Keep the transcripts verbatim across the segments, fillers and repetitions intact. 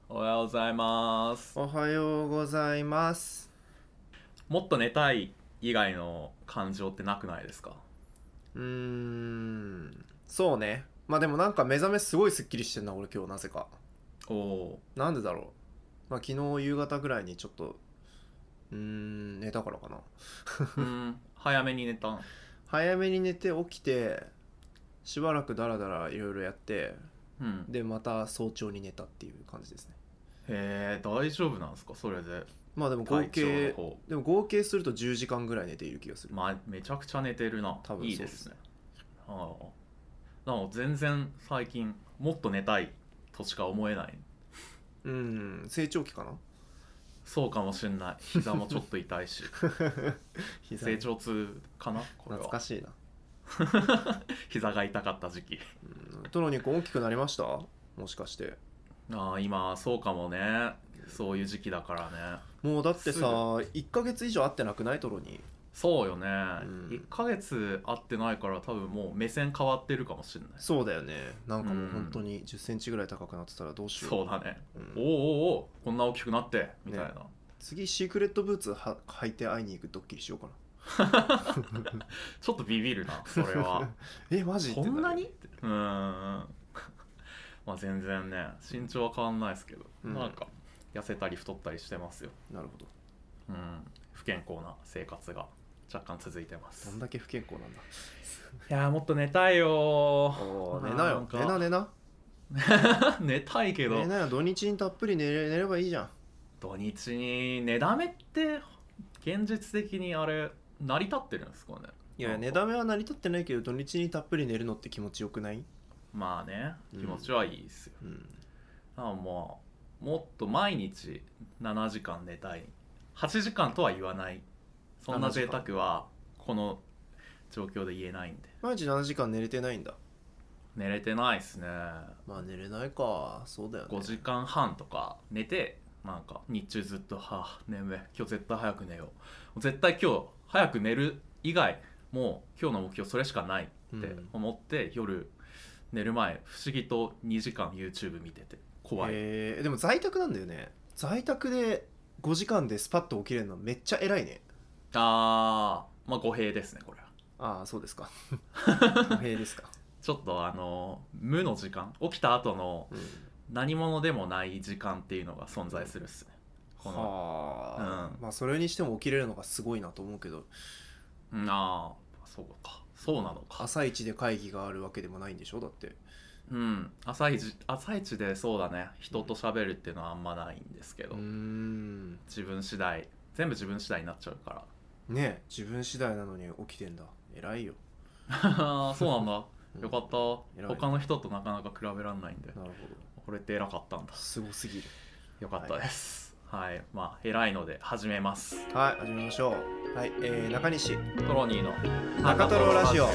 おはようございます。 おはようございます。 もっと寝たい以外の感情ってなくないですか？ うーんそうね。まあでもなんか目覚めすごいすっきりしてんな俺今日なぜか。 おおなんでだろう。まあ昨日夕方ぐらいにちょっとうーん寝たからかな。 ー、うん、早めに寝たん？ 早めに寝て起きてしばらくダラダラいろいろやってうん。 でまた早朝に寝たっていう感じですね。 へえ、大丈夫なんですかそれで？ まあでも合体調の計方。 でも合計するとじゅうじかんぐらい寝ている気がする。 まあ、めちゃくちゃ寝てるな。 多分いいですね。ああ。なんか全然最近もっと寝たいとしか思えない。 うーん成長期かな。 そうかもしんない。膝もちょっと痛いし。 膝成長痛かなこれは。 懐かしいな。 膝が痛かった時期。 うんトロニー君大きくなりましたもしかして。 ああ、今そうかもね。そういう時期だからね。 もうだってすさいっかげつ以上会ってなくないトロニー。 そうよね、 うんいっかげつ会ってないから多分もう目線変わってるかもしれない。 そうだよね。なんかもううん本当にじゅっセンチぐらい高くなってたらどうしよう。 そうだね、 うんおおおおこんな大きくなってみたいな、ね、 次シークレットブーツは履いて会いに行くドッキリしようかちょっとビビるなそれはなえマジってこんなにるってうーんまあ全然ね身長は変わんないですけど、うん、なんか痩せたり太ったりしてますよ。 なるほど。 うん不健康な生活が若干続いてます。 どんだけ不健康なんだ。 いやーもっと寝たいよー。 おー寝なよ。寝な寝な寝たいけど寝なよ。土日にたっぷり寝れ、寝ればいいじゃん。 土日に寝だめって現実的にあれ成り立ってるんですかね。 いや寝だめは成り立ってないけど土日にたっぷり寝るのって気持ちよくない？ まあねうん気持ちはいいですよ、 うんだからまあもっと毎日ななじかん寝たい。はちじかんとは言わない。そんな贅沢はこの状況で言えないんで。 毎日しちじかん寝れてないんだ。 寝れてないっすね。 まあ寝れないか。そうだよね。 ごじかんはんとか寝てなんか日中ずっとはあ眠い今日絶対早く寝よう絶対今日早く寝る以外もう今日の目標それしかないって思って、うん、夜寝る前不思議とにじかん YouTube 見てて怖い。 へえでも在宅なんだよね。在宅でごじかんでスパッと起きれるのめっちゃ偉いね。 あーまあ語弊ですねこれは。 ああそうですか語弊ですか。 ちょっとあの無の時間起きた後のうん何者でもない時間っていうのが存在するっすね。このはあ、 うんまあそれにしても起きれるのがすごいなと思うけど、 うんああそうかそうなのか。 朝一で会議があるわけでもないんでしょだって。 うん朝一朝一でそうだね人と喋るっていうのはあんまないんですけど、 うーん自分次第全部自分次第になっちゃうからねえ自分次第なのに起きてんだ。偉いよ。 そうなんだ、 うんよかった。 偉い他の人となかなか比べられないんでなるほど。 これって偉かったんだ。 すごすぎる。 よかったですはい、はい、まあ偉いので始めます。 はい始めましょう。はい、えー、中西トロニーの中トロラジオ。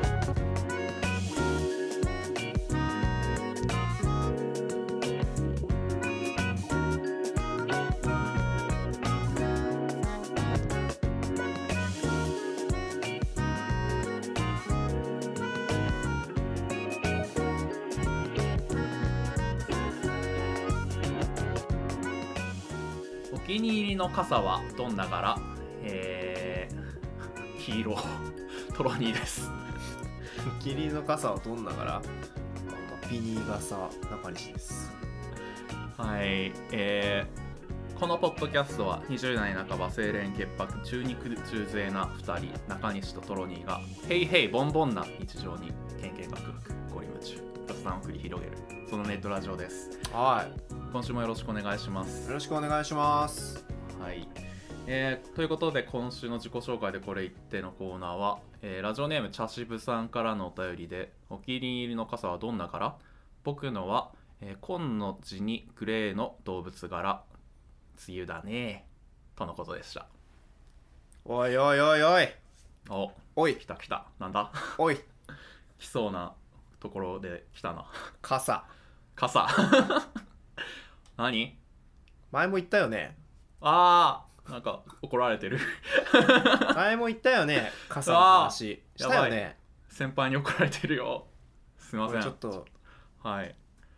お気に入りの傘はどんな柄？えー、黄色トロニーです。 お気に入りの傘はどんな柄？ビニー傘中西です。 はい、えー、このポッドキャストはにじゅう代半ば清廉潔白中肉中背なふたり中西とトロニーがヘイヘイボンボンな日常にけんけんがくがくゴリ夢中雑談を繰り広げるそのネットラジオです。 はい今週もよろしくお願いします。 よろしくお願いします。 はい、えー、ということで今週の自己紹介でこれ言ってのコーナーは、えー、ラジオネーム茶渋さんからのお便りでお気に入りの傘はどんな柄？僕のは、えー、紺の地にグレーの動物柄梅雨だねとのことでした。 おいおいおいおいおおい来た来たなんだおい来そうなところで来たな。 傘傘何？ 前も言ったよね。 あーなんか怒られてる前も言ったよね傘の話したよね。 先輩に怒られてるよ。すいません。 ちょっとはい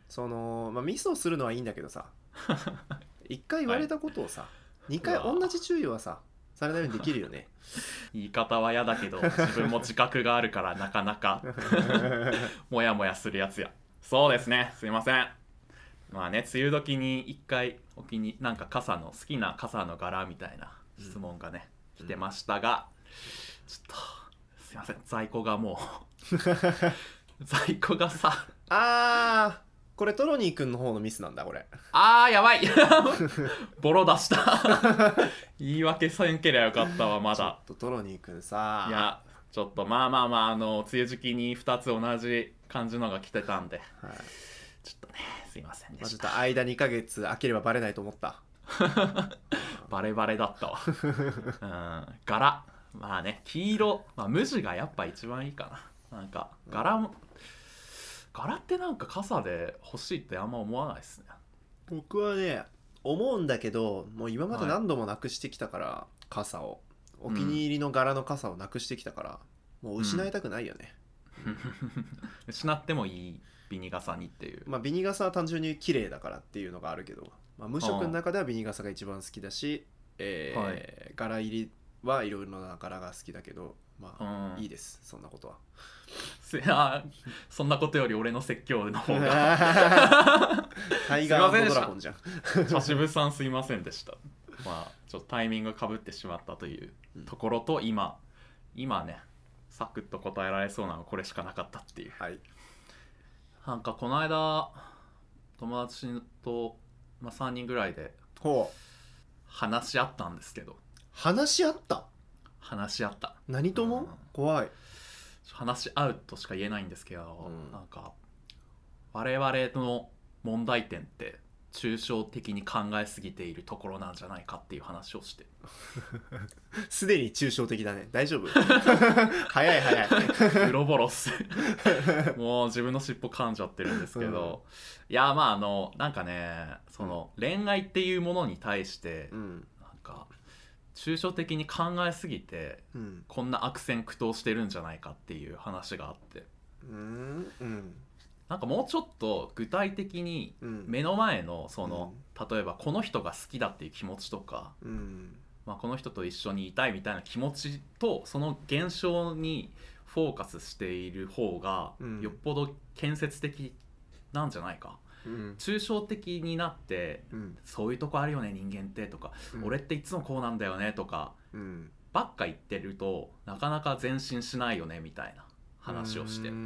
その、まあ、ミスをするのはいいんだけどさ一回言われたことをさ、はい、にかい同じ注意はさされないようにできるよね言い方は嫌だけど自分も自覚があるからなかなかモヤモヤするやつや。そうですね、すいません。まあね、梅雨時に一回お気になんか傘の好きな傘の柄みたいな質問がね、うん、来てましたが、ちょっとすいません、在庫がもう在庫がさあーこれトロニーくんの方のミスなんだこれ。 あーやばいボロ出した言い訳せんけりゃよかったわ。まだちょっとトロニーくんさ、 いやちょっとまあまあまああの梅雨時期にふたつ同じ感じのが来てたんで、はい、ちょっとねすいませんでした。 まあ、ちょっと間にかげつ空ければバレないと思ったバレバレだったわうん柄まあね黄色、まあ、無地がやっぱ一番いいかな。なんか柄も、うん、柄ってなんか傘で欲しいってあんま思わないですね。 僕はね思うんだけど、もう今まで何度もなくしてきたから、はい、傘をお気に入りの柄の傘をなくしてきたから、うん、もう失いたくないよね、 うん、失ってもいいビニ傘にっていう。 まあビニ傘は単純に綺麗だからっていうのがあるけど、まあ、無色の中ではビニ傘が一番好きだし、えーはい、柄入りはいろいろな柄が好きだけど、まあ、うん、いいですそんなことは。 あそんなことより俺の説教の方がタイガードラゴンじゃん茶渋さんすいませんでした。まあちょっとタイミングかぶってしまったというところと、うん、今今ねサクッと答えられそうなのこれしかなかったっていう、はい、なんかこの間友達と、まあ、さんにんぐらいで話し合ったんですけど。 話し合った話し合った何とも、うん、怖い。 話し合うとしか言えないんですけど、うん、なんか我々の問題点って抽象的に考えすぎているところなんじゃないかっていう話をしてすでに抽象的だね。大丈夫早い早いウロボロスもう自分の尻尾噛んじゃってるんですけど、うん、いやまああのなんかねその恋愛っていうものに対して、うん、なんか抽象的に考えすぎて、うん、こんな悪戦苦闘してるんじゃないかっていう話があって、うん、うん、なんかもうちょっと具体的に目の前のその、うん、例えばこの人が好きだっていう気持ちとか、うん、まあ、この人と一緒にいたいみたいな気持ちとその現象にフォーカスしている方がよっぽど建設的なんじゃないか、うん、抽象的になって、うん、そういうとこあるよね人間ってとか、うん、俺っていつもこうなんだよねとか、うん、ばっか言ってるとなかなか前進しないよねみたいな話をして、うん、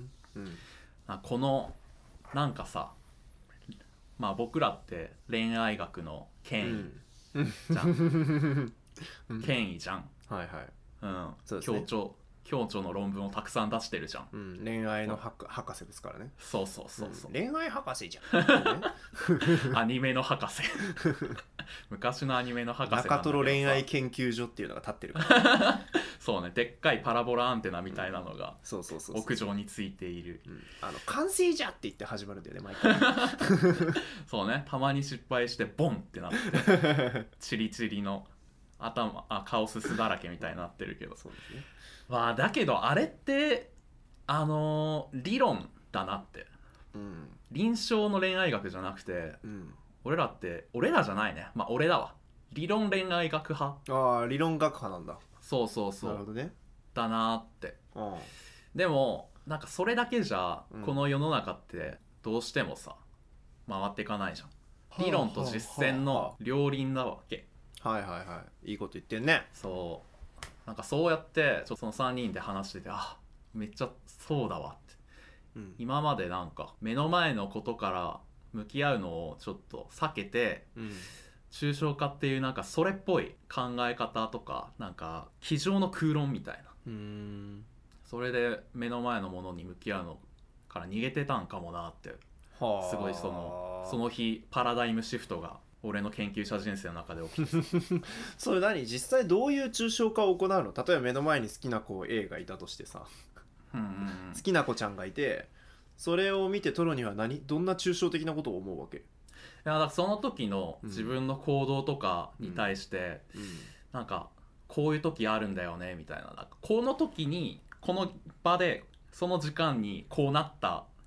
このなんかさ、まあ僕らって恋愛学の権威、うん、じゃん権威じゃん、はいはい、うん、そうですね、強調共著の論文をたくさん出してるじゃん、 うん、恋愛の博士ですからね。 そうそうそうそう、 うん、恋愛博士じゃんアニメの博士昔のアニメの博士なんだけどさ、 中トロ恋愛研究所っていうのが立ってるからそうね、でっかいパラボラアンテナみたいなのが屋上についている、 あの完成じゃって言って始まるんだよね毎回そうね、たまに失敗してボンってなってチリチリの頭あ顔すすだらけみたいになってるけど、そうですね。わあだけどあれってあのー、理論だなって、うん、臨床の恋愛学じゃなくて、うん、俺らって俺らじゃないね、まあ俺だわ、理論恋愛学派。 ああ理論学派なんだ。 そうそうそう、 なるほどね、 だなって。でもなんかそれだけじゃ、うん、この世の中ってどうしてもさ回っていかないじゃん、はあ、理論と実践の両輪なわけ、 はあはあ、はいはいはい、いいこと言ってんね。 そうなんかそうやってちょっとそのさんにんで話してて、あめっちゃそうだわって、うん、今までなんか目の前のことから向き合うのをちょっと避けて、うん、抽象化っていうなんかそれっぽい考え方とかなんか机上の空論みたいな、うーんそれで目の前のものに向き合うのから逃げてたんかもなって、はあ、すごいそのその日パラダイムシフトが俺の研究者人生の中で起きてそれ何実際どういう抽象化を行うの？例えば目の前に好きな子 A がいたとしてさ、うんうんうん、好きな子ちゃんがいてそれを見てトロには何どんな抽象的なことを思うわけ？いやだからその時の自分の行動とかに対して、うんうん、なんかこういう時あるんだよねみたいな、なんかこの時にこの場でその時間にこうなった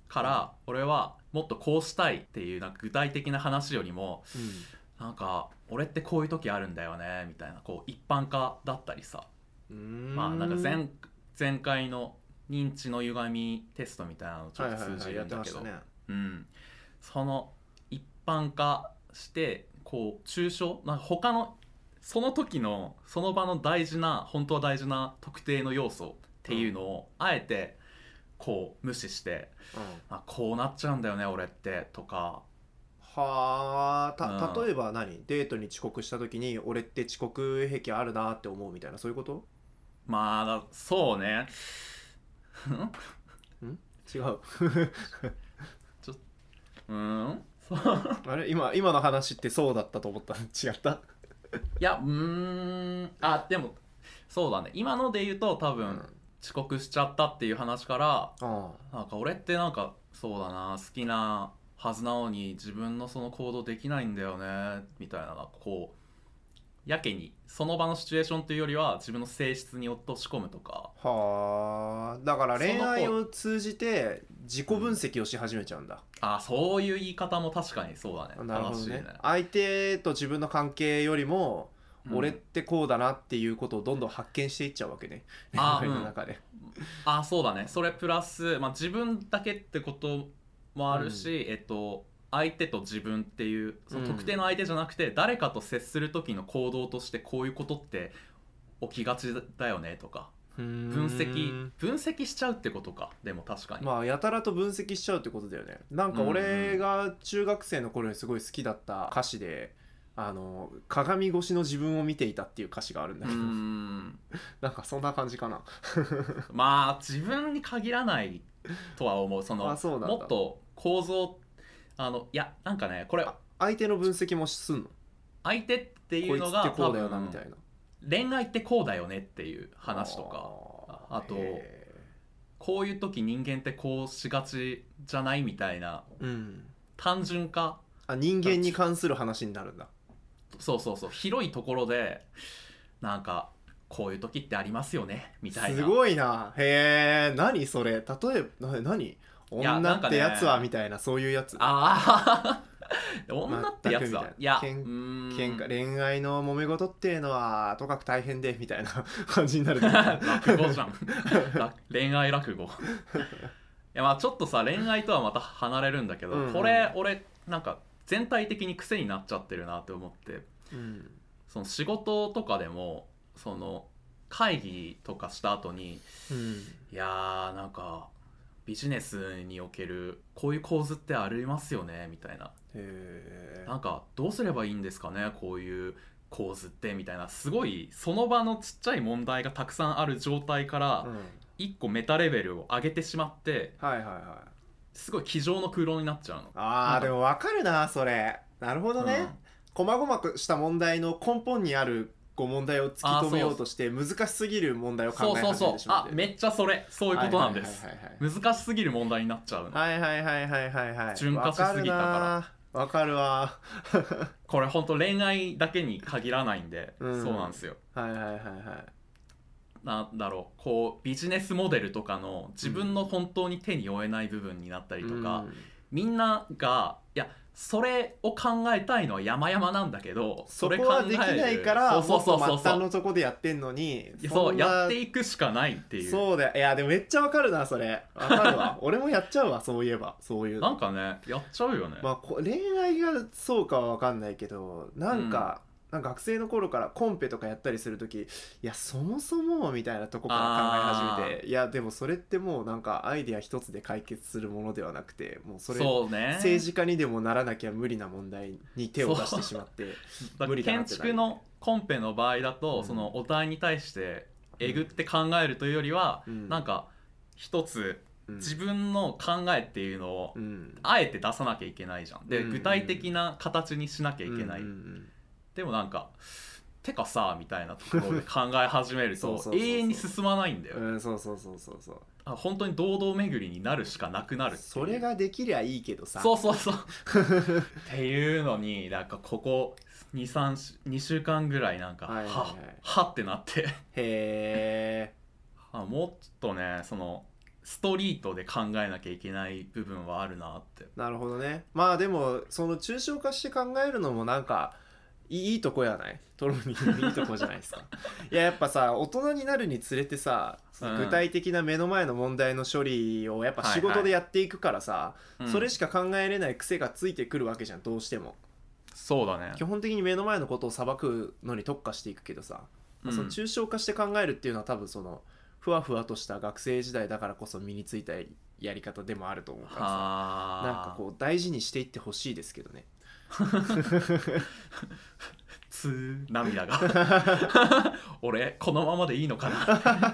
から俺はもっとこうしたいっていうなんか具体的な話よりも、 うん、 なんか俺ってこういう時あるんだよねみたいなこう一般化だったりさ、 うーんまあなんか 前, 前回の認知の歪みテストみたいなのちょっと通じるんだけど、うん、その一般化してこう抽象なんか他のその時のその場の大事な本当は大事な特定の要素っていうのをあえてこう無視して、うん、あこうなっちゃうんだよね俺ってとか。 はあ、た、 うん、 例えば何デートに遅刻した時に俺って遅刻癖あるなって思うみたいなそういうこと？ まあそうねん違うちょうーんそうあれ今今の話ってそうだったと思った違った？ いやうーんあでもそうだね今ので言うと多分、うん、遅刻しちゃったっていう話から、ああなんか俺ってなんかそうだな好きなはずなのに自分のその行動できないんだよねみたいなこうやけにその場のシチュエーションというよりは自分の性質に落とし込むとか。 はあだから恋愛を通じて自己分析をし始めちゃうんだ、 うん、あそういう言い方も確かにそうだね。 なるほどね。 ね相手と自分の関係よりも、うん、俺ってこうだなっていうことをどんどん発見していっちゃうわけね恋愛の中で、 うん、あそうだねそれプラス、まあ、自分だけってこともあるし、うん、えっと相手と自分っていうその特定の相手じゃなくて、うん、誰かと接する時の行動としてこういうことって起きがちだよねとか分析分析しちゃうってことか。でも確かにまあやたらと分析しちゃうってことだよね。なんか俺が中学生の頃にすごい好きだった歌詞であの鏡越しの自分を見ていたっていう歌詞があるんだけどうんなんかそんな感じかなまあ自分に限らないとは思う。そのあそうなんだ。 もっと構造あのいやなんかねこれ相手の分析もすんの？ 相手っていうのがこいつってこうだよなみたいな恋愛ってこうだよねっていう話とか あ, あとこういう時人間ってこうしがちじゃないみたいな、うん、単純化あ人間に関する話になるんだ。 そうそうそう広いところでなんかこういう時ってありますよねみたいな。 すごいな。へえ何それ例えば何女ってやつは、ね、みたいなそういうやつ。 ああ女ってやつは、いやけん喧嘩恋愛の揉め事っていうのはとかく大変でみたいな感じになる落語じゃん恋愛落語いやまあちょっとさ恋愛とはまた離れるんだけど、うんうん、これ俺なんか全体的に癖になっちゃってるなって思って、うん、その仕事とかでもその会議とかした後に、うん、いやーなんかビジネスにおけるこういう構図ってありますよねみたいな。へなんかどうすればいいんですかねこういう構図ってみたいなすごいその場のちっちゃい問題がたくさんある状態から一個メタレベルを上げてしまって、 うん、はいはいはい、 すごい机上の空論になっちゃうの。 あーでも分かるなそれ。なるほどね、うん、細々とした問題の根本にあるこう問題を突き止めようとして難しすぎる問題を考え始めてしまって。そうそうそうあめっちゃそれそういうことなんです、はいはいはいはい、難しすぎる問題になっちゃうの。 はいはいはいはいはいはい順化しすぎたからわかるわこれ本当恋愛だけに限らないんで、うん、そうなんですよ。 はいはいはいはいなんだろうこうビジネスモデルとかの自分の本当に手に負えない部分になったりとか、うん、みんながいやそれを考えたいのは山々なんだけどそこはできないからもっと末端のとこでやってんのにそうやっていくしかないっていう。 そうだよ。いやでもめっちゃわかるなそれ。わかるわ俺もやっちゃうわそういえばそういうなんかねやっちゃうよね。 まあ恋愛がそうかはわかんないけどなんか、うんなんか学生の頃からコンペとかやったりするときいやそもそもみたいなとこから考え始めていやでもそれってもうなんかアイデア一つで解決するものではなくてもうそれそう、ね、 政治家にでもならなきゃ無理な問題に手を出してしまって無理だなってなる。 建築のコンペの場合だと、うん、そのお題に対してえぐって考えるというよりは、うん、なんか一つ自分の考えっていうのをあえて出さなきゃいけないじゃん。で、うん、具体的な形にしなきゃいけない、うんうんうんでもなんかてかさみたいなところで考え始めると永遠に進まないんだよ。 うんそうそうそうそうそうあ本当に堂々巡りになるしかなくなるっていう。 それができりゃいいけどさそうそうそうっていうのになんかここにさんにしゅうかんぐらいなんか、はいはいはい、ははってなってへえもっとねそのストリートで考えなきゃいけない部分はあるなって。 なるほどね。まあでもその抽象化して考えるのもなんかいいとこやない？トロミーのいいとこじゃないですか。いややっぱさ大人になるにつれてさ、 うん、 具体的な目の前の問題の処理をやっぱ仕事でやっていくからさ、はいはい、それしか考えれない癖がついてくるわけじゃん、どうしても。 そうだね。 基本的に目の前のことを裁くのに特化していくけどさ、うん、その抽象化して考えるっていうのは多分そのふわふわとした学生時代だからこそ身についたやり方でもあると思うからさ、なんかこう大事にしていってほしいですけどね。 つー涙が俺このままでいいのかな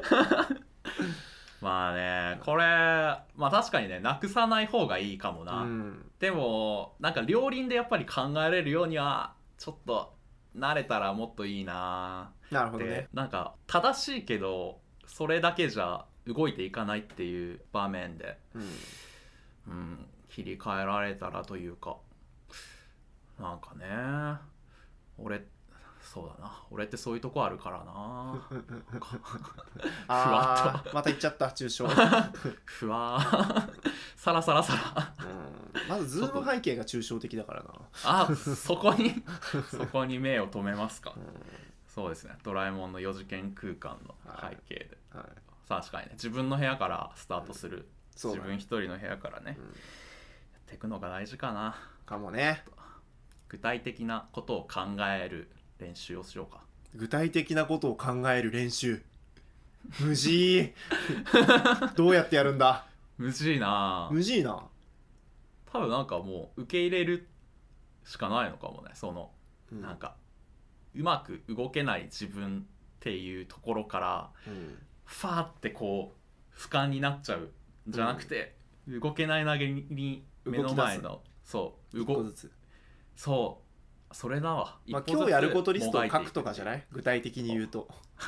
まあねこれまあ確かにねなくさない方がいいかもな、うん、でもなんか両輪でやっぱり考えれるようにはちょっと慣れたらもっといいな。 なるほどね。 なんか正しいけどそれだけじゃ動いていかないっていう場面で、うんうん、切り替えられたらというか、なんかね俺そうだな俺ってそういうとこあるからなふわっとまた言っちゃった抽象ふわーサラサラサラうんまず図の背景が抽象的だからなあそこにそこに目を留めますか、うん、そうですねドラえもんのよ次元空間の背景で、はいはい、確かにね自分の部屋からスタートする、うん、自分一人の部屋からね、うん、やっていくのが大事かなかもね。 具体的なことを考える練習をしようか。 具体的なことを考える練習むじいどうやってやるんだ。 むじいなむじいな。 多分なんかもう受け入れるしかないのかもね。その、うん、なんかうまく動けない自分っていうところから、うん、ファーってこう俯瞰になっちゃうんじゃなくて、うん、動けないなげに目の前のそう動くそうそれだわ、 まあ、今日やることリストを書くとかじゃない？具体的に言うと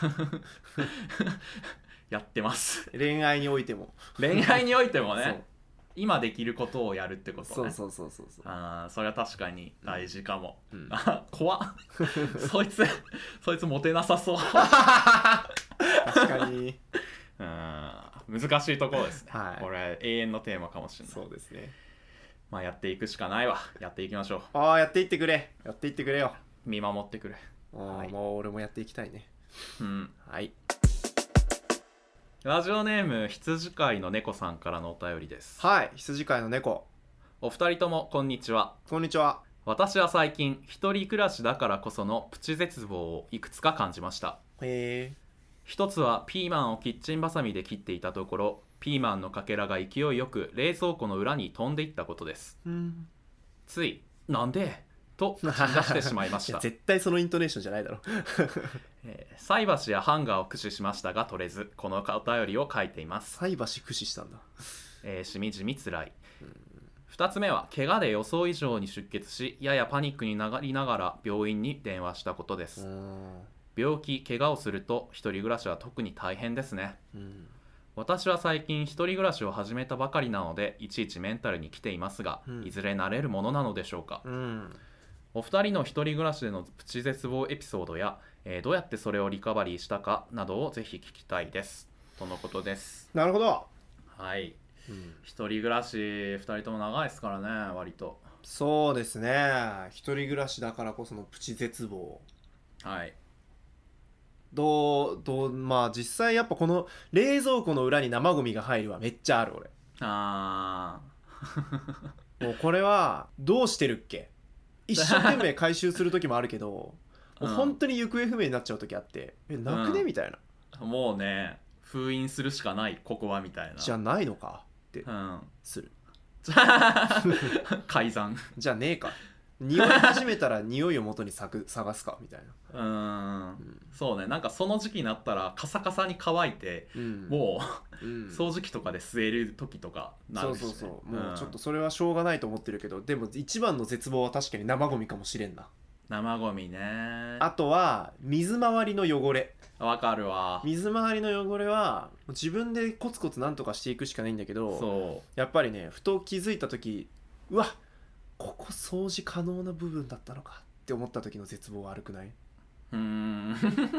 やってます恋愛においても恋愛においてもね今できることをやるってことね。 そうそうそうそうそう。 あそれは確かに大事かも、うん、あ怖っそいつそいつモテなさそう確かにうん難しいところですね、はい、これ永遠のテーマかもしれない。 そうですね。 まあやっていくしかないわ。やっていきましょう。 ああやっていってくれやっていってくれよ。 見守ってくれ。 あ、はい、もう俺もやっていきたいね。 うんはい。 ラジオネーム羊飼いの猫さんからのお便りです。 はい羊飼いの猫。 お二人ともこんにちは。 こんにちは。 私は最近一人暮らしだからこそのプチ絶望をいくつか感じました。 へえ。 一つはピーマンをキッチンバサミで切っていたところピーマンのかけらが勢いよく冷蔵庫の裏に飛んでいったことです、 うん、 ついなんでと口に出してしまいました絶対そのイントネーションじゃないだろ、 えー、菜箸やハンガーを駆使しましたが取れずこのお便りを書いています。 菜箸駆使したんだ、 えー、しみじみつらい、うん、ふたつめは怪我で予想以上に出血しややパニックになりながら病院に電話したことです。病気怪我をすると一人暮らしは特に大変ですね、うん、私は最近一人暮らしを始めたばかりなのでいちいちメンタルに来ていますが、うん、いずれ慣れるものなのでしょうか、うん、お二人の一人暮らしでのプチ絶望エピソードや、えー、どうやってそれをリカバリーしたかなどをぜひ聞きたいですとのことです。 なるほど。 はい、うん、一人暮らし二人とも長いですからね。割とそうですね。一人暮らしだからこそのプチ絶望。 はいどうどうまあ実際やっぱこの冷蔵庫の裏に生ゴミが入るはめっちゃある俺。 あもうこれはどうしてるっけ一生懸命回収する時もあるけどもう本当に行方不明になっちゃう時あってえなくね、うん、みたいな。 もうね封印するしかないここはみたいな。 じゃないのかってする、 うん、改ざんじゃねえか匂い始めたら匂いを元に探すかみたいな。うーん、うん、そうね。なんかその時期になったらカサカサに乾いて、うん、もう、うん、掃除機とかで吸える時とかなるし、ね、 そうそうそう、もうちょっとそれはしょうがないと思ってるけど、でも一番の絶望は確かに生ゴミかもしれんな。 生ゴミね。 あとは水回りの汚れ。 わかるわ。 水回りの汚れは自分でコツコツなんとかしていくしかないんだけど、 そうやっぱりねふと気づいた時うわここ掃除可能な部分だったのかって思った時の絶望は悪くない？ うーん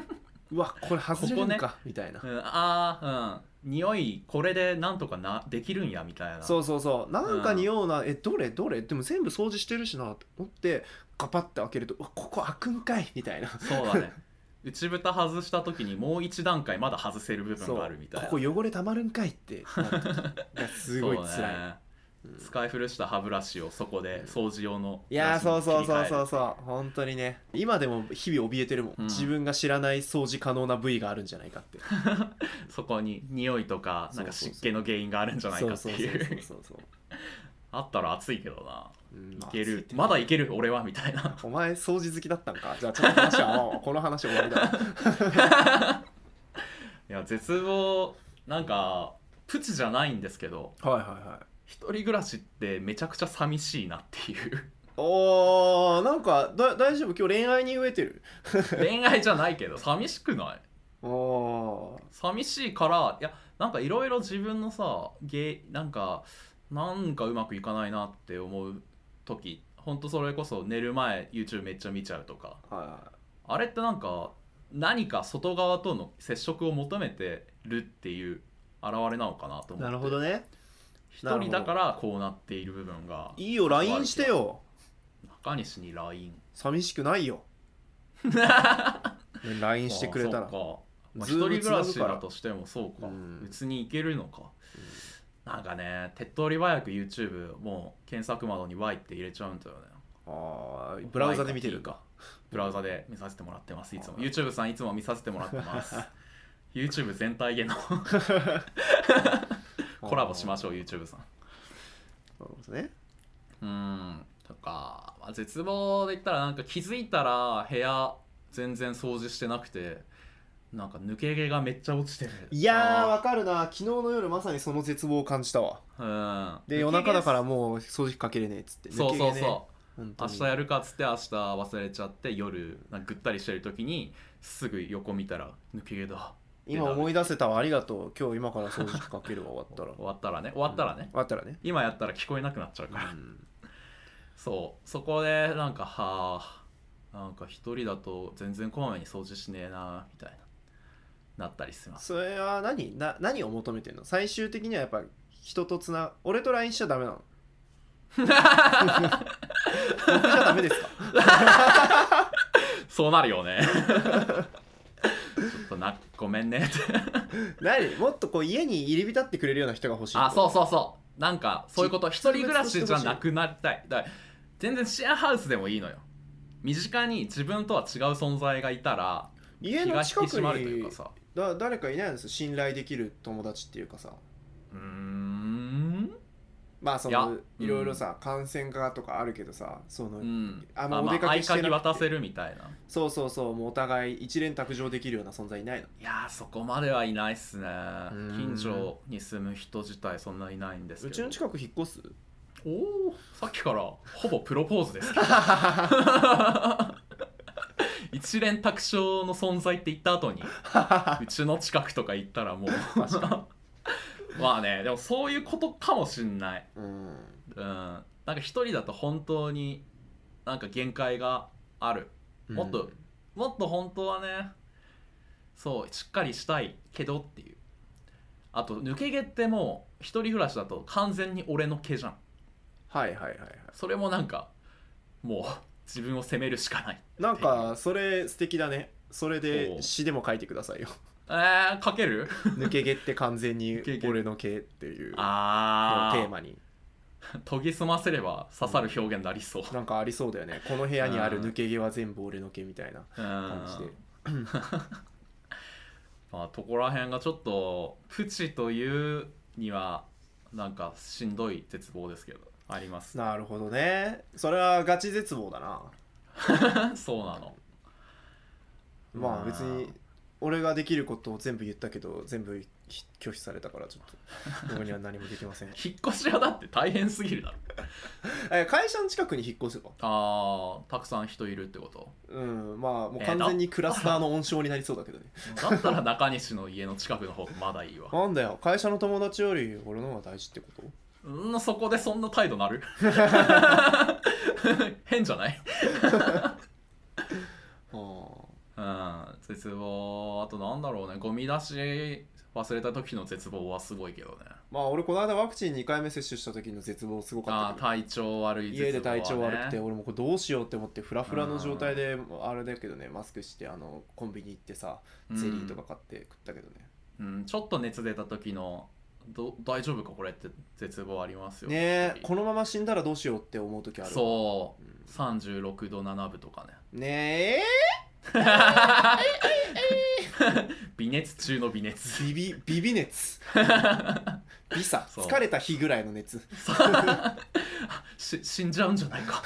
うわこれ外れるんかここ、ね、みたいな、 うん、ああうん匂いこれでなんとかなできるんやみたいなそうそうそうなんか匂うな、うん、えどれどれでも全部掃除してるしなと思ってガパッて開けるとうわここ開くんかいみたいなそうだね内蓋外した時にもう一段階まだ外せる部分があるみたいなここ汚れたまるんかいってなる時がすごい辛い、ねうん、使い古した歯ブラシをそこで掃除用のいやそうそうそうそうそう本当にね今でも日々怯えてるもん、うん、自分が知らない掃除可能な部位があるんじゃないかってそこに匂いとかなんか湿気の原因があるんじゃないかっていうあったら熱いけどな、うん、いける、まあ、まだいける俺はみたいなお前掃除好きだったんかじゃあちょっと話はこの話終わりだいや絶望なんかプチじゃないんですけどはいはいはい一人暮らしってめちゃくちゃ寂しいなっていうおーなんかだ大丈夫今日恋愛に飢えてる恋愛じゃないけど寂しくない？ お寂しいからいやなんかいろいろ自分のさゲなんかなんかうまくいかないなって思う時ほんとそれこそ寝る前 YouTube めっちゃ見ちゃうとか、 はいはい、 あれってなんか何か外側との接触を求めてるっていう現れなのかなと思ってなるほどね一人だからこうなっている部分がいいよ ライン してよ中西に ライン寂しくないよライン してくれたら、 まあまあ、一人暮らしだとしてもそうか、うん、別にいけるのか、うん、なんかね手っ取り早く YouTube もう検索窓に ワイ って入れちゃうんだよねあブラウザで見てるかブラウザで見させてもらってますいつも YouTube さんいつも見させてもらってますYouTube 全体へのコラボしましょう YouTube さんそうですねうんとか、まあ、絶望で言ったらなんか気づいたら部屋全然掃除してなくてなんか抜け毛がめっちゃ落ちてるいやーわかるな昨日の夜まさにその絶望を感じたわ、うん、で夜中だからもう掃除機かけれねえっつってそうそうそう明日やるかっつって明日忘れちゃって夜なんかぐったりしてる時にすぐ横見たら抜け毛だ今思い出せたわありがとう今日今から掃除機かけるわ終わったら終わったらね終わったらね、 うん、終わったらね今やったら聞こえなくなっちゃうから、うん、そうそこでなんかはあなんか一人だと全然こまめに掃除しねえなみたいななったりします。 それは何な何を求めてんの最終的にはやっぱ人とつな俺と ライン しちゃダメなの僕じゃダメですかそうなるよねちょっとなごめんね何もっとこう家に入り浸ってくれるような人が欲しい。 あそうそうそうなんかそういうこと一人暮らしじゃなくなりたいだから全然シェアハウスでもいいのよ身近に自分とは違う存在がいたら家の近くにだ誰かいないんですよ信頼できる友達っていうかさうーんまあその い, いろいろさ、うん、感染化とかあるけどさその、うん、 あもうお出かけしてなくて、まあ、合鍵渡せるみたいなそうそうそうもうお互い一蓮托生できるような存在いないのいやそこまではいないっすね近所に住む人自体そんないないんですけどうちの近く引っ越すおおさっきからほぼプロポーズですけど一蓮托生の存在って言った後にうちの近くとか行ったらもうまあねでもそういうことかもしんない、うん、うん、なんか一人だと本当になんか限界があるもっと、うん、もっと本当はねそうしっかりしたいけどっていうあと抜け毛ってもう一人暮らしだと完全に俺の毛じゃんはいはいはいはいそれもなんかもう自分を責めるしかないなんかそれ素敵だねそれで詩でも書いてくださいよえー、書ける抜け毛って完全に俺の毛っていうあテーマに研ぎ澄ませれば刺さる表現になりそう、 うん、なんかありそうだよねこの部屋にある抜け毛は全部俺の毛みたいな感じでまあとこら辺がちょっとプチというにはなんかしんどい絶望ですけどあります。 なるほどねそれはガチ絶望だなそうなのまあ別に俺ができることを全部言ったけど全部拒否されたからちょっと僕には何もできません引っ越し屋だって大変すぎるだろ会社の近くに引っ越せばあーたくさん人いるってことうんまあもう完全にクラスターの温床になりそうだけどね、 えー、だったら中西の家の近くの方がまだいいわなんだよ会社の友達より俺の方が大事ってことうんそこでそんな態度なる変じゃないうん絶望ね。ゴミ出し忘れた時の絶望はすごいけどね。 まあ俺この間ワクチンにかいめ接種した時の絶望すごかったけど、 あ体調悪い絶望、ね、 家で体調悪くて俺もこれどうしようって思ってフラフラの状態であれだけどね、マスクしてあのコンビニ行ってさゼリーとか買って食ったけどね、 うん、うん、ちょっと熱出た時のど大丈夫かこれって絶望ありますよねえ。このまま死んだらどうしようって思う時ある。 そう、うん、さんじゅうろくどななぶとかね。 ねえ微熱中の微熱。 ビビビビ熱ビサ疲れた日ぐらいの熱し死んじゃうんじゃないか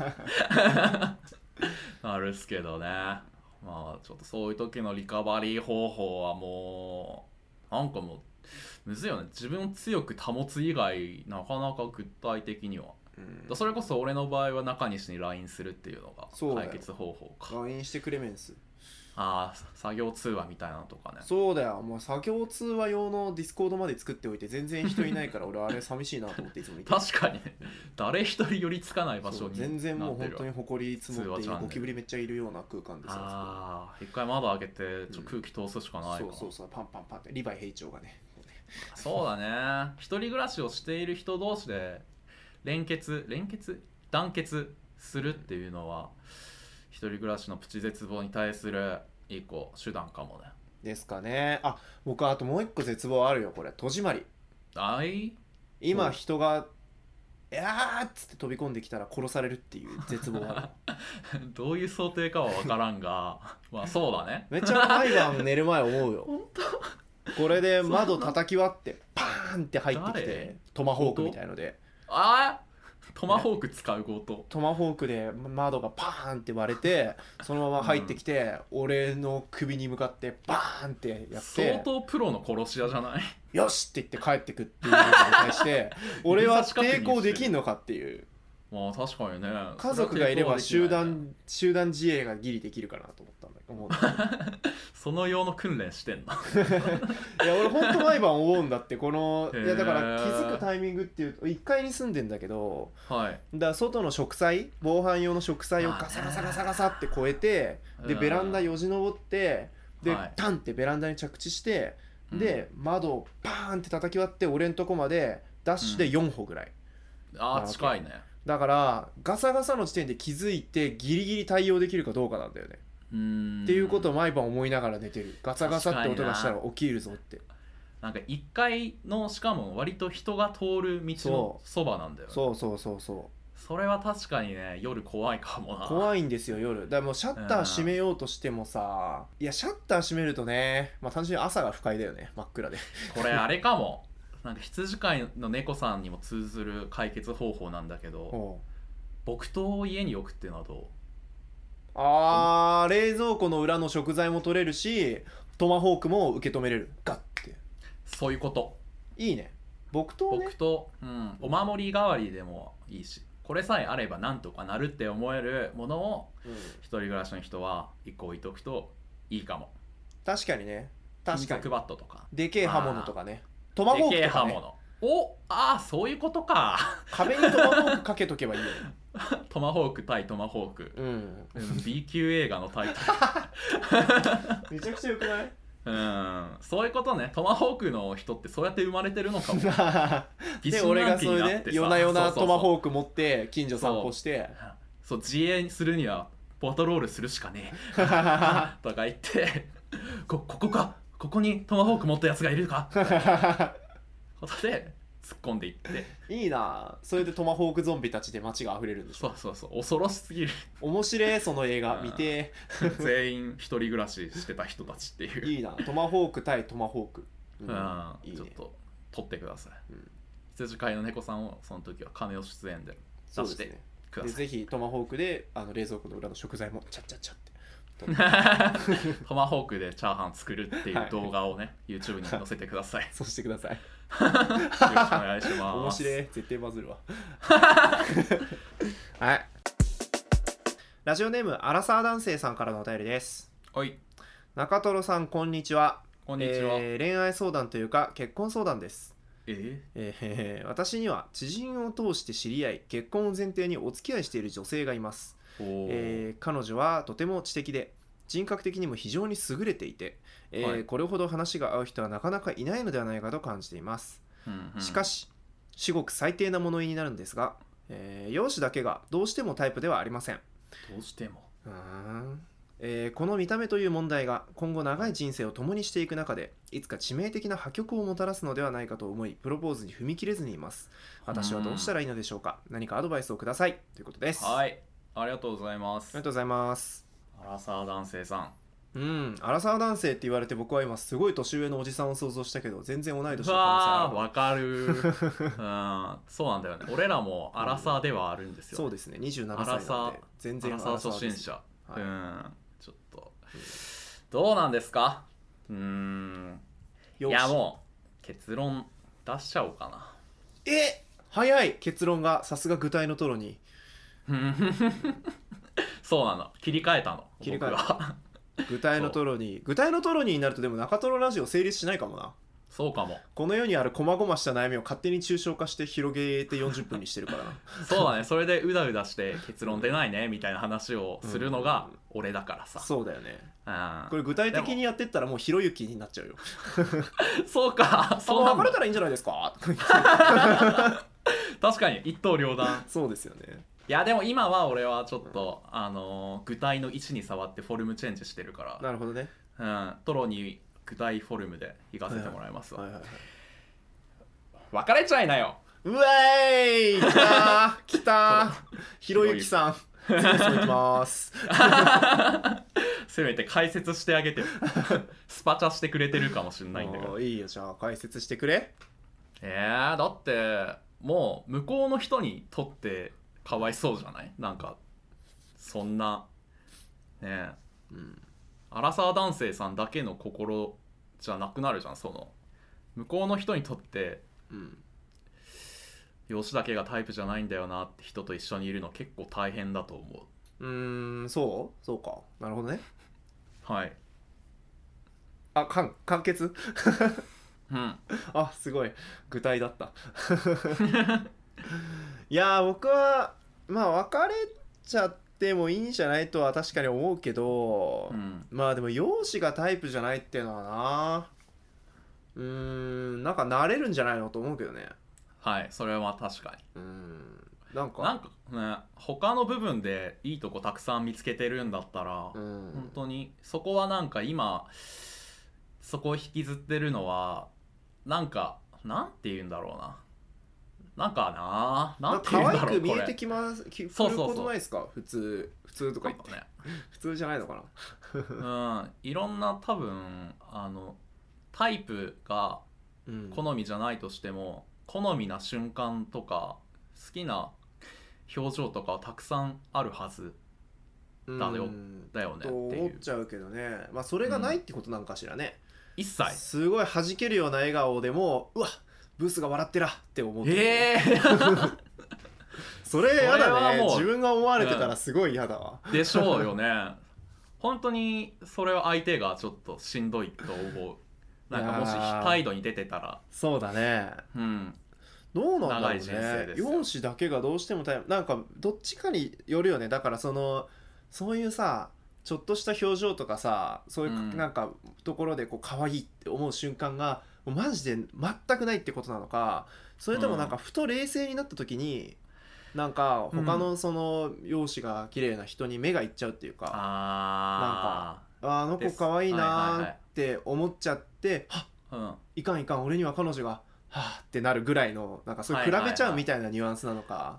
あるっすけどね。まあちょっとそういう時のリカバリー方法はもうなんかもうむずいよね。自分を強く保つ以外なかなか具体的には、うん、それこそ俺の場合は中西に ライン するっていうのが解決方法か。 ライン してくれメンス。 ああ作業通話みたいなのとかね。 そうだよ、もう作業通話用のディスコードまで作っておいて全然人いないから俺あれ寂しいなと思っていつも見てる確かにね誰一人寄りつかない場所に全然もう本当に埃積もってゴキブリめっちゃいるような空間でさ、 ああ一回窓開けてちょ空気通すしかないか、うん、 そうそうそうパンパンパンってリヴァイ兵長がねそうだね。一人暮らしをしている人同士で連結連結団結するっていうのは一人暮らしのプチ絶望に対する一個手段かもね。 ですかね。あ、僕あともう一個絶望あるよ。これ戸締まり。 あい今人がいやーっつって飛び込んできたら殺されるっていう絶望あるどういう想定かは分からんがまあそうだね。 めっちゃ毎晩寝る前思うよ本当これで窓叩き割ってパーンって入ってきてトマホークみたいので、 ああトマホーク使う強盗、ね、 トマホークで窓がパーンって割れてそのまま入ってきて、うん、俺の首に向かってバーンってやって相当プロの殺し屋じゃない？ よしって言って帰ってくっていうのに対して俺は抵抗できんのかっていう。 まあ確かにね。 家族がいれば集団、集団自衛がギリできるかなと思ったんだけど思うその用の訓練してんのいや俺ほんと毎晩思うんだってこのいやだから気づくタイミングっていうといっかいに住んでんだけど、 はい、 だから外の植栽防犯用の植栽をガサガサガサガサって越えてでベランダよじ登ってで、はい、タンってベランダに着地してで、うん、窓をパーンって叩き割って俺んとこまでダッシュでよん歩ぐらい、 うん、あー近いね。 だからガサガサの時点で気づいてギリギリ対応できるかどうかなんだよね。 うーんっていうことを毎晩思いながら寝てる。ガサガサって音がしたら起きるぞって。 なんかいっかいのしかも割と人が通る道のそばなんだよね。 そうそうそうそう。 それは確かにね夜怖いかもな。 怖いんですよ夜。だからもうシャッター閉めようとしてもさ、いやシャッター閉めるとね、まあ単純に朝が不快だよね真っ暗で。 これあれかも。なんか羊飼いの猫さんにも通ずる解決方法なんだけど、木刀を家に置くっていうのはどう？ あー冷蔵庫の裏の食材も取れるしトマホークも受け止めれるガッて。 そういうこと。いいね木刀ね。 木刀、うん、お守り代わりでもいいしこれさえあればなんとかなるって思えるものを、うん、一人暮らしの人はいっこ置いとくといいかも。 確かにね。確かに金属バットとかでけえ刃物とかねトマホークとかね。でけえ刃物。 おああそういうことか壁にトマホークかけとけばいいよねトマホーク対トマホーク、 うん、 B 級映画のタイトルめちゃくちゃよくない？ うんそういうことね。トマホークの人ってそうやって生まれてるのかもで俺がそれで夜な夜なトマホーク持って近所散歩してそう、そう自衛するにはパトロールするしかねえとか言ってこ, ここかここにトマホーク持ったやつがいるかことで突っ込んでいっていいな。それでトマホークゾンビたちで街が溢れるんでしょ。 そうそうそう恐ろしすぎる面白いその映画見て全員一人暮らししてた人たちっていういいな。トマホーク対トマホーク、 うんうんいいね、ちょっと撮ってください、うん、羊飼いの猫さんをその時は亀を出演で出してください。でぜひトマホークであの冷蔵庫の裏の食材もチャッチャッチャってトマホークでチャーハン作るっていう動画をね、はい、YouTube に載せてくださいそうしてくださいよろしくお願いします。 面白い絶対バズるわはいラジオネームアラサー男性さんからのお便りです。 はい。 中トロさんこんにちは。 こんにちは、 えー、恋愛相談というか結婚相談です。 えーえー、私には知人を通して知り合い結婚を前提にお付き合いしている女性がいます。えー、彼女はとても知的で人格的にも非常に優れていて、えーはい、 これほど話が合う人はなかなかいないのではないかと感じています。 うんうん、 しかし至極最低な物言いになるんですが、えー容姿だけがどうしてもタイプではありません。 どうしても。 うーんえーこの見た目という問題が今後長い人生を共にしていく中でいつか致命的な破局をもたらすのではないかと思いプロポーズに踏み切れずにいます。私はどうしたらいいのでしょうか。何かアドバイスをくださいということです。 はい、ありがとうございます。 ありがとうございます。 アラサー男性さん。 うん、アラサー男性って言われて僕は今すごい年上のおじさんを想像したけど全然同い年うの可能性あわー、わかるーうん、そうなんだよね。俺らもアラサーではあるんですよ、ね、 そうですね、にじゅうななさいなんで全然アラサー初心者、 はい、 うんちょっと、うん、どうなんですか。うーんいやもう結論出しちゃおうかな。 え早い。結論がさすが具体のトロにそうなの、切り替えたの切り替え僕は具体のトロに具体のトロになるとでも中トロラジオ成立しないかもな。 そうかも。 この世にある細々した悩みを勝手に抽象化して広げてよんじゅっぷんにしてるからなそうだね、それでうだうだして結論出ないねみたいな話をするのが俺だからさ、 そうだよね。 うん、 これ具体的にやってったらもうひろゆきになっちゃうよそうか、 そう別れたらいいんじゃないですか確かに一刀両断そうですよね。 いやでも今は俺はちょっと、うん、あの具体の位置に触ってフォルムチェンジしてるから。 なるほどね。 うん、トロに具体フォルムで行かせてもらいますわ。 はいはいはいはい、別れちゃいなよ。 うえーい来た来たひろゆきさん次の人いきますせめて解説してあげてよスパチャしてくれてるかもしれないんだけど。 いいよ、じゃあ解説してくれ。 えー、だってもう向こうの人にとってかわいそうじゃない。なんかそんなねえ、うん、アラサー男性さんだけの心じゃなくなるじゃん。その向こうの人にとって、うん、容姿だけがタイプじゃないんだよなって人と一緒にいるの結構大変だと思う。うーん、そうそうか。なるほどね。 はい。 あ、かん完結うん、 あ、すごい具体だったいやー僕はまあ別れちゃってもいいんじゃないとは確かに思うけど、うん、まあでも容姿がタイプじゃないっていうのはな、うーんなんか慣れるんじゃないのと思うけどね。 はい、それは確かに。 うーんなんかなんかね、他の部分でいいとこたくさん見つけてるんだったら、うん、本当にそこはなんか今そこを引きずってるのはなんかなんて言うんだろうな、なんかななんて言うんだろう、 可愛く見えてきますきそうそうそう、 ことないですか。普通普通とか言って、ね、普通じゃないのかなうん、いろんな多分あのタイプが好みじゃないとしても、うん、好みな瞬間とか好きな表情とかたくさんあるはずだよ、だよねっていう思っちゃうけどね。まあそれがないってことなんかしらね、 うん、一切すごい弾けるような笑顔でもうわブスが笑ってらって思って、 えー、 それやだね。自分が思われてたらすごい嫌だわ、 うん、でしょうよね本当にそれは相手がちょっとしんどいと思う。なんかもし態度に出てたら。 そうだね、うん、どうなんだろうね。容姿だけがどうしてもタイプなんかどっちかによるよね。だからそのそういうさちょっとした表情とかさそういうなんかところでこう可愛いって思う瞬間がもうマジで全くないってことなのか、それともなんかふと冷静になった時になんか他のその容姿が綺麗な人に目がいっちゃうっていうか、うん、なんかあの子可愛いなって思っちゃってはっ、うん、いかんいかん俺には彼女がはあってなるぐらいのなんかそういう比べちゃうみたいなニュアンスなのか、はいはいはい、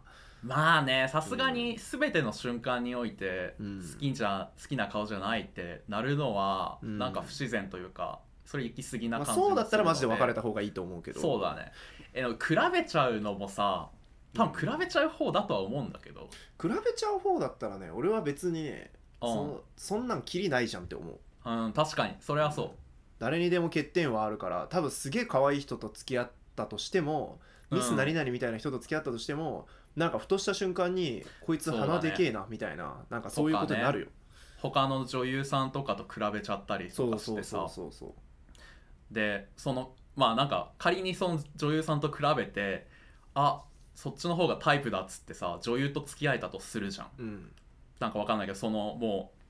まあね、さすがに全ての瞬間において好きじゃ、うん、好きな顔じゃないってなるのはなんか不自然というか、それ行き過ぎな感じがするので、 まあ、そうだったらマジで別れた方がいいと思うけど。 そうだね。え比べちゃうのもさ多分比べちゃう方だとは思うんだけど、 比べちゃう方だったらね俺は別にね、うん、そ, そんなんキリないじゃんって思う。 うん、確かにそれはそう、うん、 誰にでも欠点はあるから、多分すげえ可愛い人と付き合ったとしてもミス何々みたいな人と付き合ったとしても、うん、なんかふとした瞬間にこいつ鼻でけえなみたいな、なんかそういうことになるよ、ね、 他の女優さんとかと比べちゃったりとかしてさ、そうそうそうそう、でそのまあなんか仮にその女優さんと比べてあそっちの方がタイプだっつってさ女優と付き合えたとするじゃん、うん、なんかわかんないけどそのもう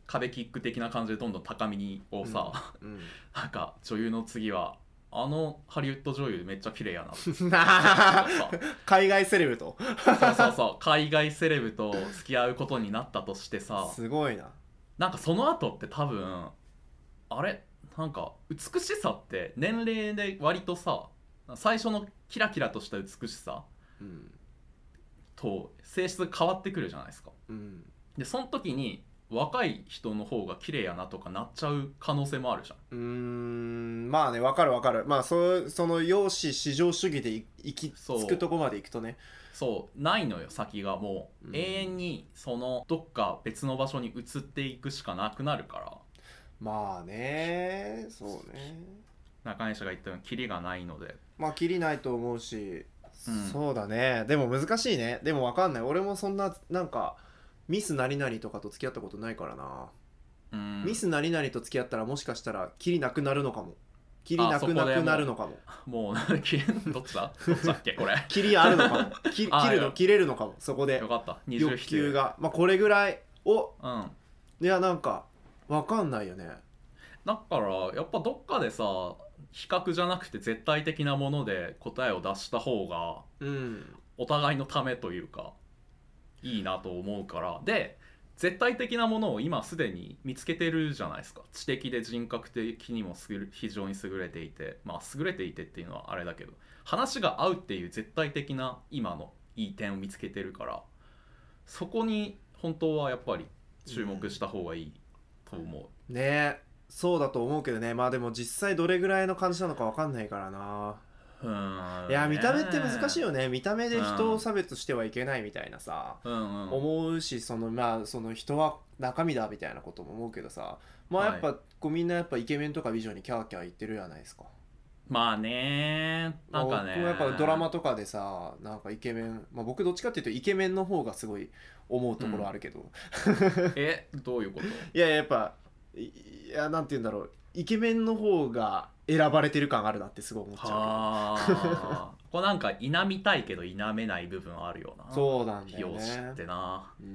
壁キック的な感じでどんどん高みにをさ、うんうん、なんか女優の次はあのハリウッド女優めっちゃ綺麗やな海外セレブとそうそうそう海外セレブと付き合うことになったとしてさ、 すごいな。 なんかその後って多分あれなんか美しさって年齢で割とさ最初のキラキラとした美しさ、うん、と性質が変わってくるじゃないですか、うん、でその時に若い人の方が綺麗やなとかなっちゃう可能性もあるじゃん。 うーんまあねわかるわかる。まあそその容姿至上主義でい行き着くとこまで行くとねそうないのよ先がもう、うん、永遠にそのどっか別の場所に移っていくしかなくなるから。 まあねそうね中西が言ったようにキリがないのでまあキリないと思うし、うん、そうだね。でも難しいね。でも分かんない俺もそんななんかミス何々とかと付き合ったことないからな、うん、ミス何々と付き合ったらもしかしたらキリなくなるのかも。キリなくなくなるのかも。 もうどっちだどっちだっけこれキリあるのかも切るの切れるのかも。そこでよかった欲求がまあこれぐらいを、うん、いやなんか分かんないよね。 だからやっぱどっかでさ比較じゃなくて絶対的なもので答えを出した方が、うん、お互いのためというかいいなと思うから。で絶対的なものを今すでに見つけてるじゃないですか。知的で人格的にも非常に優れていて、まあ優れていてっていうのはあれだけど話が合うっていう絶対的な今のいい点を見つけてるから、そこに本当はやっぱり注目した方がいいと思う、 うん、ねえそうだと思うけどね。まあでも実際どれぐらいの感じなのか分かんないからな。うん、いや見た目って難しいよね。見た目で人を差別してはいけないみたいなさ、うんうん、思うし、そのまあその人は中身だみたいなことも思うけどさ、まあやっぱ、はい、こうみんなやっぱイケメンとか美女にキャーキャー言ってるじゃないですか。 まあねなんかね僕もやっぱドラマとかでさなんかイケメン、まあ、僕どっちかっていうとイケメンの方がすごい思うところあるけど、うん、 えどういうこと？ いややっぱいやなんて言うんだろうイケメンの方が選ばれてる感あるなってすごい思っちゃう。 あこれなんか否みたいけど否めない部分あるよな。 そうなんだよね。 容姿ってな、うん、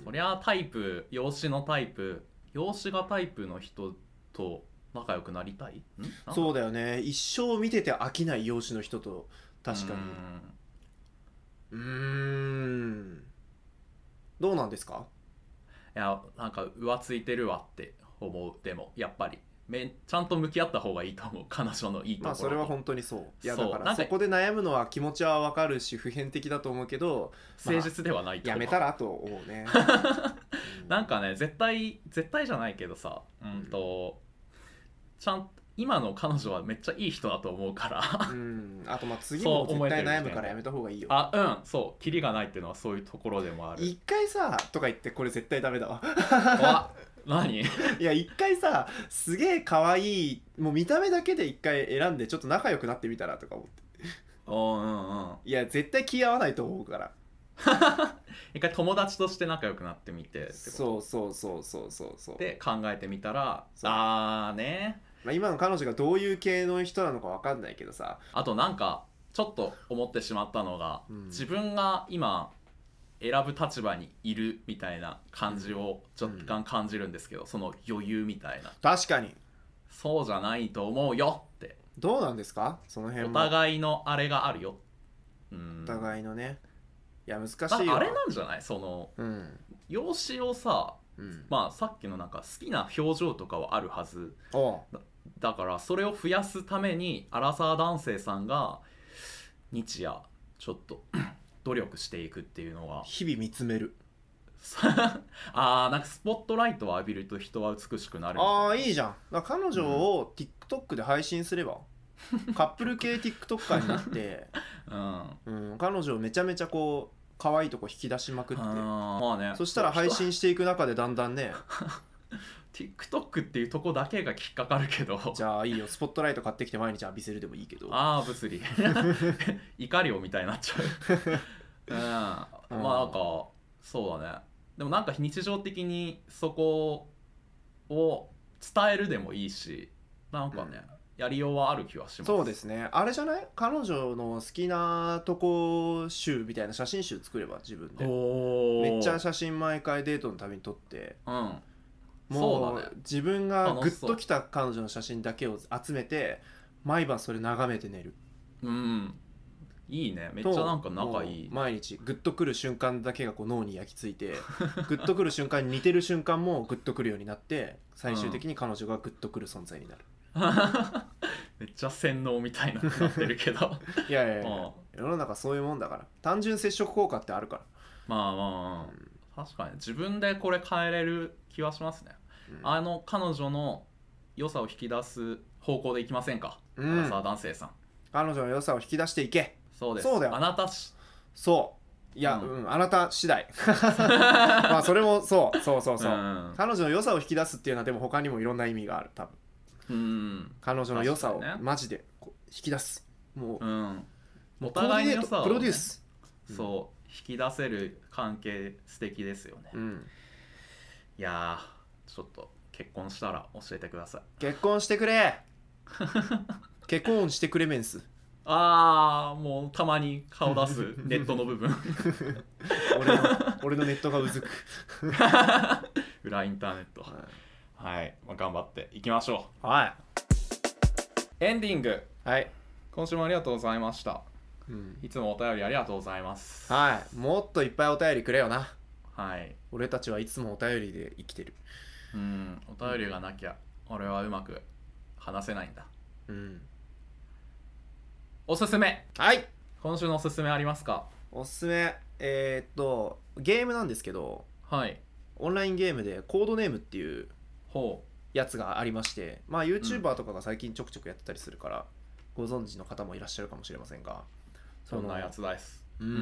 そりゃタイプ容姿のタイプ容姿がタイプの人と仲良くなりたい？んそうだよね。一生見てて飽きない容姿の人と確かにうーんどうなんですか？ いやなんか浮ついてるわって思う。でもやっぱりめちゃんと向き合った方がいいと思う彼女のいいところ。 まあそれは本当にそう。いやだからそこで悩むのは気持ちはわかるし普遍的だと思うけど、 誠実ではないと思う、まあ、やめたらと思うねなんかね絶対絶対じゃないけどさ、うんと、うん、ちゃん今の彼女はめっちゃいい人だと思うからうんあとまあ次も絶対悩むからやめた方がいいよ。 あうんそうキリがないっていうのはそういうところでもある。 一回さとか言ってこれ絶対ダメだわわ何いや一回さすげえ可愛いもう見た目だけで一回選んでちょっと仲良くなってみたらとか思っておうんうんいや絶対気合わないと思うから一回友達として仲良くなってみてってそうそうそうそうそうそうで考えてみたらあーね、 まあ、今の彼女がどういう系の人なのか分かんないけどさあとなんかちょっと思ってしまったのが、うん、自分が今選ぶ立場にいるみたいな感じを若干感じるんですけど、うん、その余裕みたいな。 確かにそうじゃないと思うよって。 どうなんですかその辺も。 お互いのあれがあるよ。 うんお互いのねいや難しいよ。 あれなんじゃないその、うん、容姿をさ、うん、まあさっきのなんか好きな表情とかはあるはずだ, だからそれを増やすためにアラサー男性さんが日夜ちょっと努力していくっていうのは日々見つめるあーなんかスポットライトを浴びると人は美しくなる。 ああいいじゃん。だから彼女を TikTok で配信すれば、うん、カップル系 TikToker になって、うんうん、彼女をめちゃめちゃこう可愛いとこ引き出しまくって、 まあね、 そしたら配信していく中でだんだんね TikTok っていうとこだけが引っかかるけどじゃあいいよスポットライト買ってきて毎日浴びせるでもいいけどああ物理怒りをみたいになっちゃううん、まあなんかそうだね。でもなんか日常的にそこを伝えるでもいいしなんかね、うん、やりようはある気はします。 そうですね。あれじゃない彼女の好きなとこ集みたいな写真集作れば自分でめっちゃ写真毎回デートのたびに撮って、うんもうそうだね自分がグッときた彼女の写真だけを集めて毎晩それ眺めて寝る。 うんいいね、めっちゃなんか仲いい。 毎日グッとくる瞬間だけがこう脳に焼き付いてグッとくる瞬間に似てる瞬間もグッとくるようになって最終的に彼女がグッとくる存在になる、 うん、めっちゃ洗脳みたいななってるけどいやいやいや世の中そういうもんだから、単純接触効果ってあるから。 まあまあ、まあ、うん、確かに自分でこれ変えれる気はしますね、うん、あの彼女の良さを引き出す方向でいきませんか、うん、アラサー男性さん。 彼女の良さを引き出していけ。 そうです。 そうだよ。 あなたしそういや、うん、うん、あなた次第まあそれもそうそうそうそう、うん、彼女の良さを引き出すっていうのはでも他にもいろんな意味がある多分。うん、彼女の良さをマジでこう引き出す、もう、うん、 お互いの良さを、ね、 プロデュース、 そう引き出せる関係素敵ですよね、うん、いやーちょっと結婚したら教えてください。 結婚してくれ結婚してくれメンス。 あーもうたまに顔出すネットの部分俺の俺のネットがうずく裏インターネット、はい、はいまあ、頑張っていきましょう。はいエンディング、 はい、 今週もありがとうございました、うん、いつもお便りありがとうございます。 はい、もっといっぱいお便りくれよな。 はい、 俺たちはいつもお便りで生きてる。 うん、お便りがなきゃ俺はうまく話せないんだ。うん。おすすめ、 はい、 今週のおすすめありますか？ おすすめ、えー、っとゲームなんですけど、 はい、 オンラインゲームでコードネームっていうやつがありまして、まあ YouTuber とかが最近ちょくちょくやってたりするから、うん、ご存知の方もいらっしゃるかもしれませんが、 どんなやつです。 うーん、うん、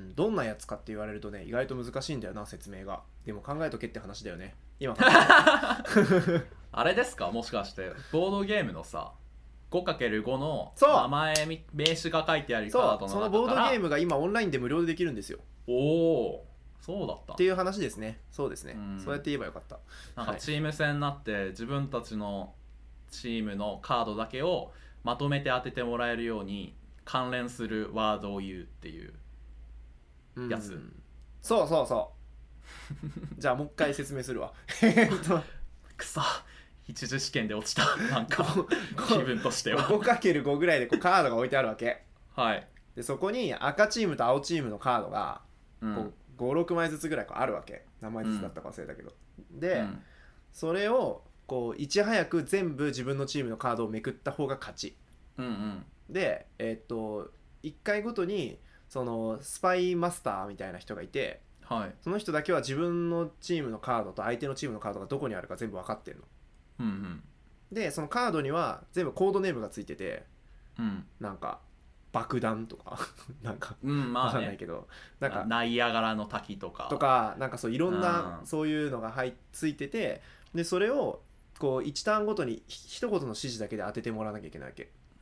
どんなやつかって言われるとね意外と難しいんだよな説明が。でも考えとけって話だよね今あれですか、もしかしてボードゲームのさ ごかけるご の名前名詞が書いてあるカードの中から、 そのボードゲームが今オンラインで無料でできるんですよ。 おお、そうだったっていう話ですね。そうですね、うん、そうやって言えばよかった。 なんかチーム戦になって自分たちのチームのカードだけをまとめて当ててもらえるように関連するワードを言うっていうやつ、うん、 そうそうそうじゃあもう一回説明するわくそ一次試験で落ちたなんか気分としてはごかけるご ぐらいでこうカードが置いてあるわけ。 はいでそこに赤チームと青チームのカードがこう、うん、ごろくまいずつぐらいこうあるわけ。何枚ずつだったか忘れたけど、うん、で、うん、それをこういち早く全部自分のチームのカードをめくった方が勝ち、うんうん、でえー、っといっかいごとにそのスパイマスターみたいな人がいて、はい、その人だけは自分のチームのカードと相手のチームのカードがどこにあるか全部分かってるの、うんうん、でそのカードには全部コードネームがついてて、うん、なんか爆弾とかなんか、うん、まあね、分かんないけどなんかナイアガラの滝とかとかなんかそういろんなそういうのが入っついてて、でそれをこういちターンごとに一言の指示だけで当ててもらわなきゃいけないわけ、うん、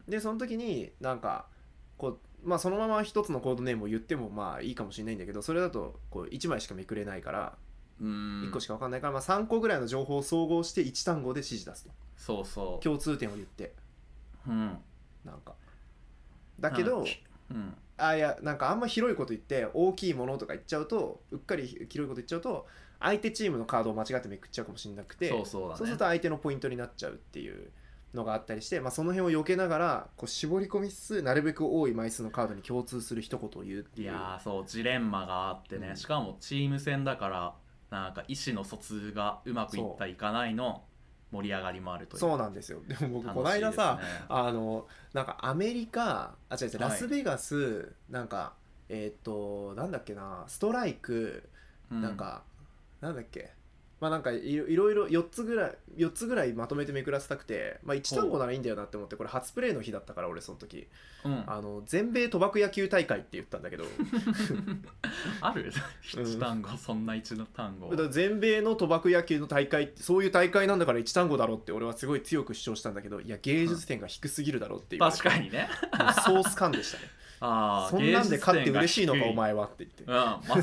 でその時になんかこうまあそのまま一つのコードネームを言ってもまあいいかもしれないんだけど、それだとこういちまいしかめくれないからいっこしか分かんないから、まあ、さんこぐらいの情報を総合していち単語で指示出すと。 そうそう共通点を言って、うん、なんかだけど、うん、あいやなんかあんま広いこと言って大きいものとか言っちゃうとうっかり広いこと言っちゃうと相手チームのカードを間違ってめくっちゃうかもしれなくて、 そうそうだね、 そうすると相手のポイントになっちゃうっていうのがあったりして、まあ、その辺を避けながらこう絞り込みつつなるべく多い枚数のカードに共通する一言を言うっていう。 いやそうジレンマがあってね、うん、しかもチーム戦だからなんか意思の疎通がうまくいったいかないの盛り上がりもあるという。 そうなんですよ。でも僕この間さ、ね、あのなんかアメリカあ違う違うラスベガス、はい、なんかえっ、ー、となんだっけなストライク、うん、なんかなんだっけまあなんかいろいろよっつぐらいよっつぐらいまとめてめくらせたくて、まあ、いち単語ならいいんだよなって思って、これ初プレイの日だったから俺その時、うん、あの全米賭博野球大会って言ったんだけどあるいち単語、うん、そんないち単語全米の賭博野球の大会ってそういう大会なんだからいち単語だろって俺はすごい強く主張したんだけど、いや芸術点が低すぎるだろっていう、 確かにねソース感でしたねあそんなんで勝って嬉しいのかお前はって言って、 うん、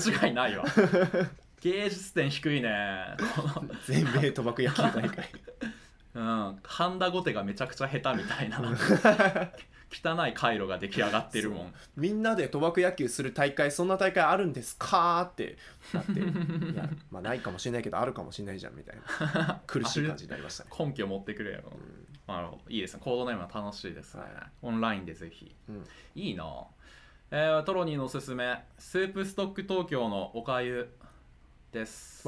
間違いないわ芸術点低いね全米賭博野球大会うん、ハンダゴテがめちゃくちゃ下手みたいな汚い回路が出来上がってるもん。 みんなで賭博野球する大会、そんな大会あるんですかってなっていや、まあ、ないかもしれないけどあるかもしれないじゃんみたいな苦しい感じになりましたね。 根拠持ってくれよ、うん、なるほど、いいですね。コードネームは楽しいですね、はい、オンラインでぜひ、うん、いいな。えー、トロニーのおすすめ、スープストック東京のおかゆです。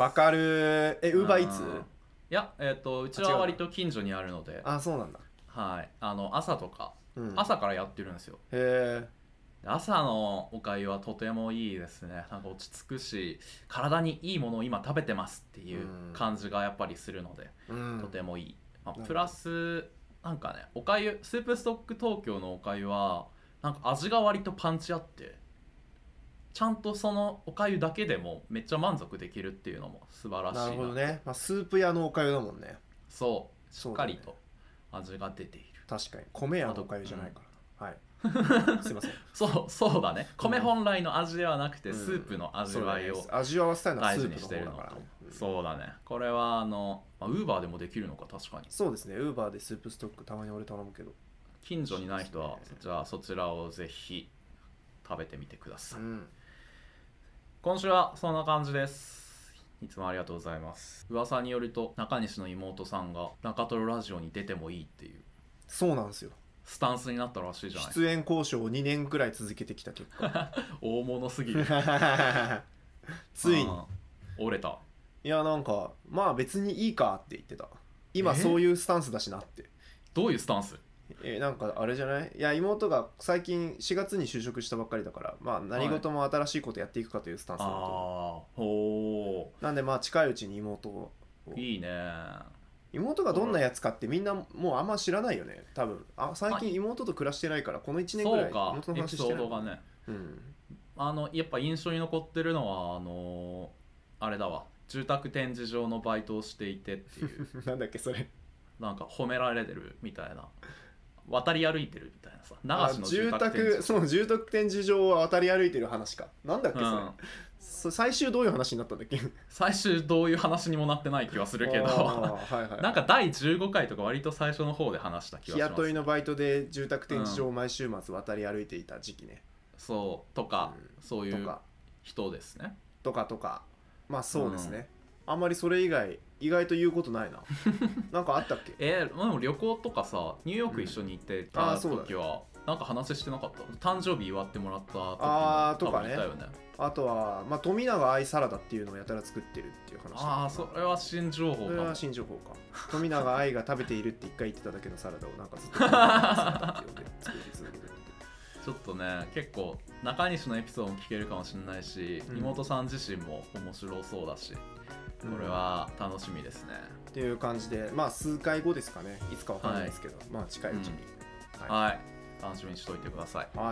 わかる。え、ウーバーイーツ？ いや、えっとうちは割と近所にあるので。 あ、そうなんだ。 はい、あの朝とか、うん、朝からやってるんですよ。 へえ。 朝のおかゆはとてもいいですね。なんか落ち着くし、体にいいものを今食べてますっていう感じがやっぱりするので、うん、とてもいい。まあ、プラスなんかね、おかゆ、スープストック東京のおかゆはなんか味が割とパンチあって、ちゃんとそのおかゆだけでもめっちゃ満足できるっていうのも素晴らしいな。 なるほどね、まあ、スープ屋のおかゆだもんね。 そう、しっかりと味が出ている。 確かに米屋のおかゆじゃないから、うん、はいすいません。 そうそうだね、米本来の味ではなくてスープの味わいを味わわせたいのは大スープ事にしてるのの方だからね。 と、そうだね。これはあのウーバーでもできるのか。確かにそうですね。ウーバーでスープストックたまに俺頼むけど、 近所にない人は、ね、じゃあそちらをぜひ食べてみてください、うん、今週はそんな感じです。いつもありがとうございます。噂によると中西の妹さんが中トロラジオに出てもいいっていう、 そうなんですよ、 スタンスになったらしいじゃない。 出演交渉をにねんくらい続けてきた結果大物すぎるついに折れた。 いや、なんかまあ別にいいかって言ってた。今そういうスタンスだしなって。 どういうスタンス？ えなんかあれじゃない？いや、妹が最近しがつに就職したばっかりだから、まあ何事も新しいことやっていくかというスタンスだと思う、はい、あほー。なんでまあ近いうちに妹を。 いいね。 妹がどんなやつかってみんなもうあんま知らないよね多分。あ、最近妹と暮らしてないからこのいちねんぐらい妹の話してない。 エピソードがね、うん、あのやっぱ印象に残ってるのはあのー、あれだわ、住宅展示場のバイトをしていてっていうなんだっけそれ、 なんか褒められてるみたいな、渡り歩いてるみたいなさ、流しの住宅展示場、その住宅展示場は渡り歩いてる話か。なんだっけそれ、うん、そ最終どういう話になったんだっけ最終どういう話にもなってない気はするけどはいはい、はい、なんかだいじゅうごかいとか割と最初の方で話した気がします。 日雇いのバイトで住宅展示場を毎週末渡り歩いていた時期ね、 うん、そうとか、うん、そういう人ですね。 とかとかまあそうですね、うん、あんまりそれ以外意外と言うことないななんかあったっけえー、でも旅行とかさ、ニューヨーク一緒に行ってた時は、うん、なんか話してなかった？誕生日祝ってもらった時あとかね。 いたよね。 あとは、まあ、富永愛サラダっていうのをやたら作ってるっていう話。 ああ、それは新情報か。 それは新情報か。富永愛が食べているって一回言ってただけのサラダをなんかずっと富永愛サラダって呼んで作り続けてる。 ちょっとね、結構中西のエピソードも聞けるかもしれないし、うん、妹さん自身も面白そうだし、これは楽しみですね、うん、 っていう感じで、まあ数回後ですかね、いつかわかんないですけど、はい、まあ近いうちに、 うん、はい、はい、楽しみにしておいてください。 はい。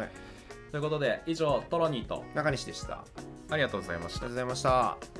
ということで以上トロニーと中西でした。 ありがとうございました。 ありがとうございました。